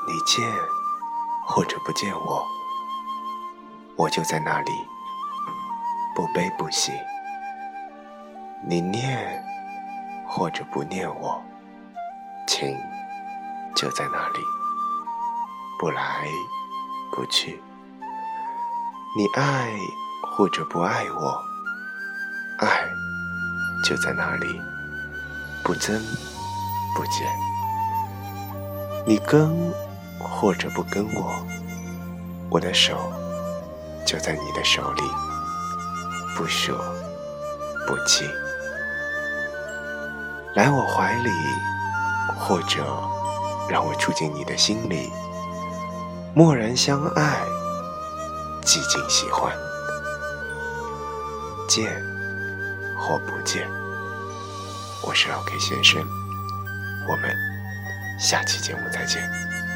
你见或者不见我，我就在那里，不悲不喜。你念或者不念我，情就在那里，不来不去。你爱或者不爱我，爱就在那里，不增不减。你跟或者不跟我，我的手就在你的手里，不舍不弃。来我怀里，或者让我住进你的心里，默然相爱，寂静喜欢。见或不见，我是老 K 先生，我们下期节目再见。